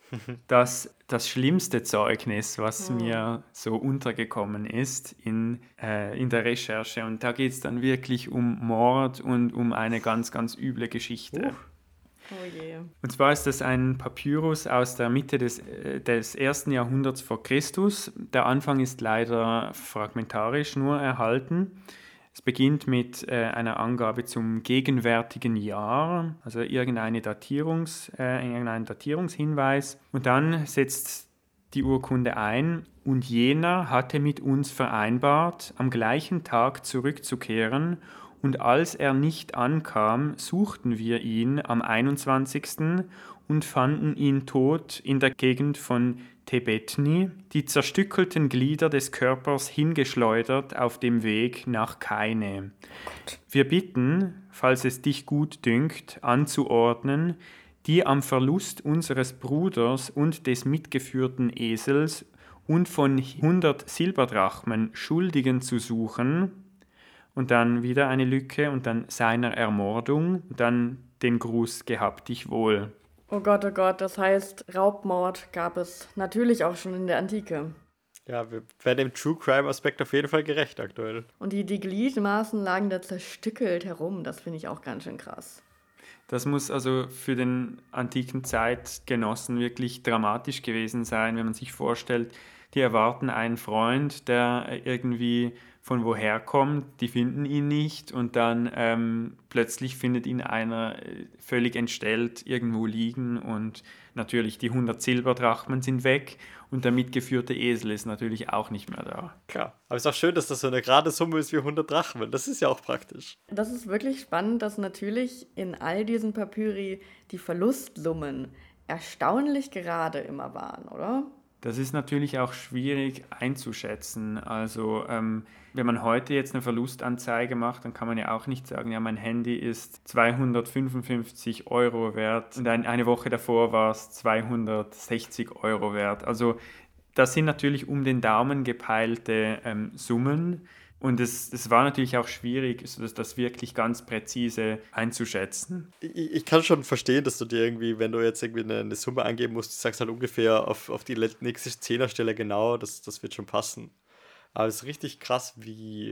das das schlimmste Zeugnis, was Oh. mir so untergekommen ist in, äh, in der Recherche. Und da geht es dann wirklich um Mord und um eine ganz, ganz üble Geschichte. Uh. Oh je. Und zwar ist das ein Papyrus aus der Mitte des, äh, des ersten Jahrhunderts vor Christus. Der Anfang ist leider fragmentarisch nur erhalten. Es beginnt mit äh, einer Angabe zum gegenwärtigen Jahr, also irgendeine Datierungs, äh, irgendein Datierungshinweis. Und dann setzt die Urkunde ein: und jener hatte mit uns vereinbart, am gleichen Tag zurückzukehren, und als er nicht ankam, suchten wir ihn am einundzwanzigsten und fanden ihn tot in der Gegend von Tebetni, die zerstückelten Glieder des Körpers hingeschleudert auf dem Weg nach Kaine. Wir bitten, falls es dich gut dünkt, anzuordnen, die am Verlust unseres Bruders und des mitgeführten Esels und von hundert Silberdrachmen Schuldigen zu suchen, und dann wieder eine Lücke und dann seiner Ermordung und dann den Gruß: gehabt dich wohl. Oh Gott, oh Gott, das heißt, Raubmord gab es natürlich auch schon in der Antike. Ja, wir werden dem True Crime Aspekt auf jeden Fall gerecht aktuell. Und die, die Gliedmaßen lagen da zerstückelt herum, das finde ich auch ganz schön krass. Das muss also für den antiken Zeitgenossen wirklich dramatisch gewesen sein, wenn man sich vorstellt, die erwarten einen Freund, der irgendwie von woher kommt, die finden ihn nicht und dann ähm, plötzlich findet ihn einer äh, völlig entstellt irgendwo liegen und natürlich die hundert Silberdrachmen sind weg und der mitgeführte Esel ist natürlich auch nicht mehr da. Klar. Aber es ist auch schön, dass das so eine gerade Summe ist wie hundert Drachmen. Das ist ja auch praktisch. Das ist wirklich spannend, dass natürlich in all diesen Papyri die Verlustsummen erstaunlich gerade immer waren, oder? Das ist natürlich auch schwierig einzuschätzen. Also ähm, wenn man heute jetzt eine Verlustanzeige macht, dann kann man ja auch nicht sagen, ja, mein Handy ist zweihundertfünfundfünfzig Euro wert und ein, eine Woche davor war es zweihundertsechzig Euro wert. Also das sind natürlich um den Daumen gepeilte ähm, Summen. Und es, es war natürlich auch schwierig, das, das wirklich ganz präzise einzuschätzen. Ich, ich kann schon verstehen, dass du dir irgendwie, wenn du jetzt irgendwie eine, eine Summe angeben musst, du sagst halt ungefähr auf, auf die nächste Zehnerstelle genau, das, das wird schon passen. Aber es ist richtig krass, wie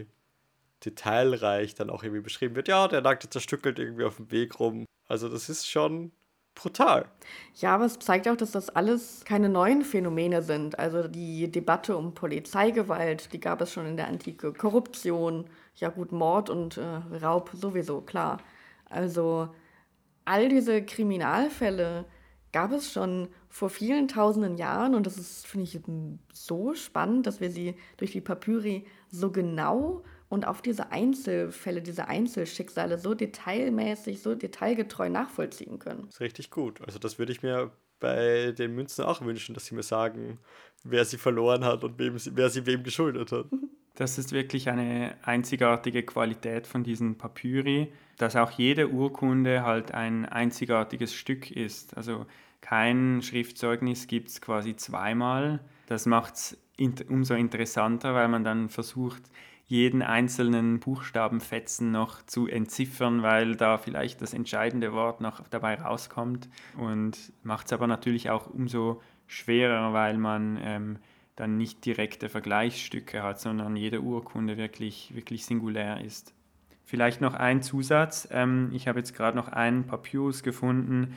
detailreich dann auch irgendwie beschrieben wird. Ja, der lag zerstückelt irgendwie auf dem Weg rum. Also das ist schon brutal. Ja, aber es zeigt auch, dass das alles keine neuen Phänomene sind. Also die Debatte um Polizeigewalt, die gab es schon in der Antike. Korruption, ja gut, Mord und äh, Raub sowieso, klar. Also all diese Kriminalfälle gab es schon vor vielen tausenden Jahren und das ist, finde ich, so spannend, dass wir sie durch die Papyri so genau und auf diese Einzelfälle, diese Einzelschicksale so detailmäßig, so detailgetreu nachvollziehen können. Das ist richtig gut. Also das würde ich mir bei den Münzen auch wünschen, dass sie mir sagen, wer sie verloren hat und wem sie, wer sie wem geschuldet hat. Das ist wirklich eine einzigartige Qualität von diesen Papyri, dass auch jede Urkunde halt ein einzigartiges Stück ist. Also kein Schriftzeugnis gibt es quasi zweimal. Das macht es int- umso interessanter, weil man dann versucht, jeden einzelnen Buchstabenfetzen noch zu entziffern, weil da vielleicht das entscheidende Wort noch dabei rauskommt. Und macht es aber natürlich auch umso schwerer, weil man ähm, dann nicht direkte Vergleichsstücke hat, sondern jede Urkunde wirklich, wirklich singulär ist. Vielleicht noch ein Zusatz. Ähm, ich habe jetzt gerade noch einen Papyrus gefunden.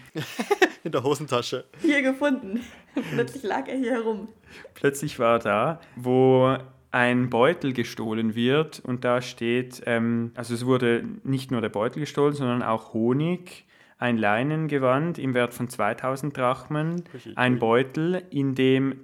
In der Hosentasche. Hier gefunden. Plötzlich lag er hier herum. Plötzlich war er da, wo ein Beutel gestohlen wird und da steht, ähm, also es wurde nicht nur der Beutel gestohlen, sondern auch Honig, ein Leinengewand im Wert von zweitausend Drachmen, ein Beutel, in dem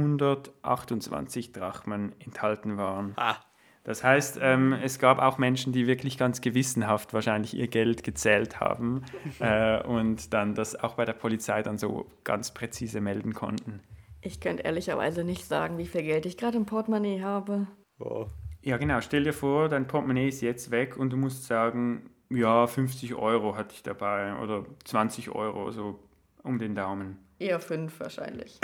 dreihundertachtundzwanzig Drachmen enthalten waren. Ah. Das heißt, ähm, es gab auch Menschen, die wirklich ganz gewissenhaft wahrscheinlich ihr Geld gezählt haben äh, und dann das auch bei der Polizei dann so ganz präzise melden konnten. Ich könnte ehrlicherweise nicht sagen, wie viel Geld ich gerade im Portemonnaie habe. Wow. Ja, genau. Stell dir vor, dein Portemonnaie ist jetzt weg und du musst sagen, ja, fünfzig Euro hatte ich dabei oder zwanzig Euro, so um den Daumen. Eher fünf wahrscheinlich.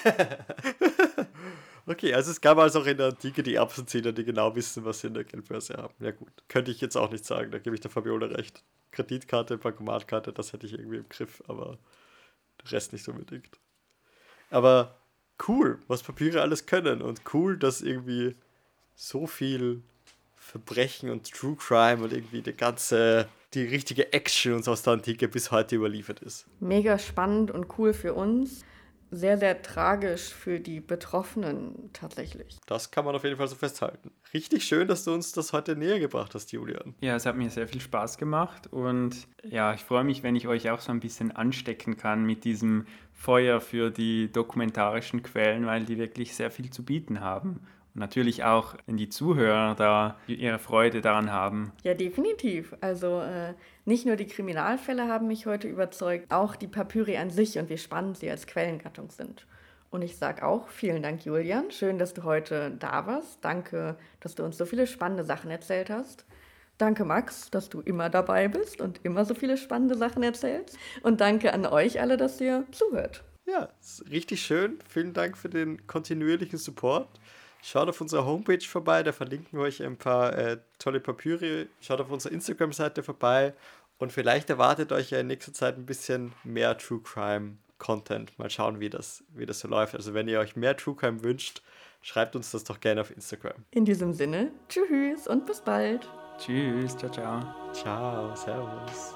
Okay, also es gab also auch in der Antike die Erbsenzähler, die genau wissen, was sie in der Geldbörse haben. Ja gut, könnte ich jetzt auch nicht sagen, da gebe ich der Fabiola recht. Kreditkarte, Bankomatkarte, das hätte ich irgendwie im Griff, aber der Rest nicht so unbedingt. Aber cool, was Papyri alles können. Und cool, dass irgendwie so viel Verbrechen und True Crime und irgendwie die ganze, die richtige Action uns aus der Antike bis heute überliefert ist. Mega spannend und cool für uns. Sehr, sehr tragisch für die Betroffenen tatsächlich. Das kann man auf jeden Fall so festhalten. Richtig schön, dass du uns das heute näher gebracht hast, Julian. Ja, es hat mir sehr viel Spaß gemacht und ja, ich freue mich, wenn ich euch auch so ein bisschen anstecken kann mit diesem Feuer für die dokumentarischen Quellen, weil die wirklich sehr viel zu bieten haben. Und natürlich auch, wenn die Zuhörer da ihre Freude daran haben. Ja, definitiv. Also äh, nicht nur die Kriminalfälle haben mich heute überzeugt, auch die Papyri an sich und wie spannend sie als Quellengattung sind. Und ich sage auch vielen Dank, Julian. Schön, dass du heute da warst. Danke, dass du uns so viele spannende Sachen erzählt hast. Danke, Max, dass du immer dabei bist und immer so viele spannende Sachen erzählst. Und danke an euch alle, dass ihr zuhört. Ja, ist richtig schön. Vielen Dank für den kontinuierlichen Support. Schaut auf unserer Homepage vorbei, da verlinken wir euch ein paar äh, tolle Papyri. Schaut auf unserer Instagram-Seite vorbei und vielleicht erwartet euch ja in nächster Zeit ein bisschen mehr True Crime Content. Mal schauen, wie das, wie das so läuft. Also wenn ihr euch mehr True Crime wünscht, schreibt uns das doch gerne auf Instagram. In diesem Sinne, tschüss und bis bald. Tschüss, ciao, ciao. Ciao, servus.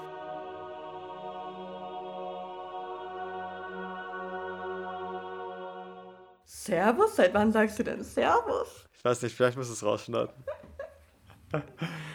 Servus? Seit wann sagst du denn Servus? Ich weiß nicht, vielleicht muss es rausschneiden.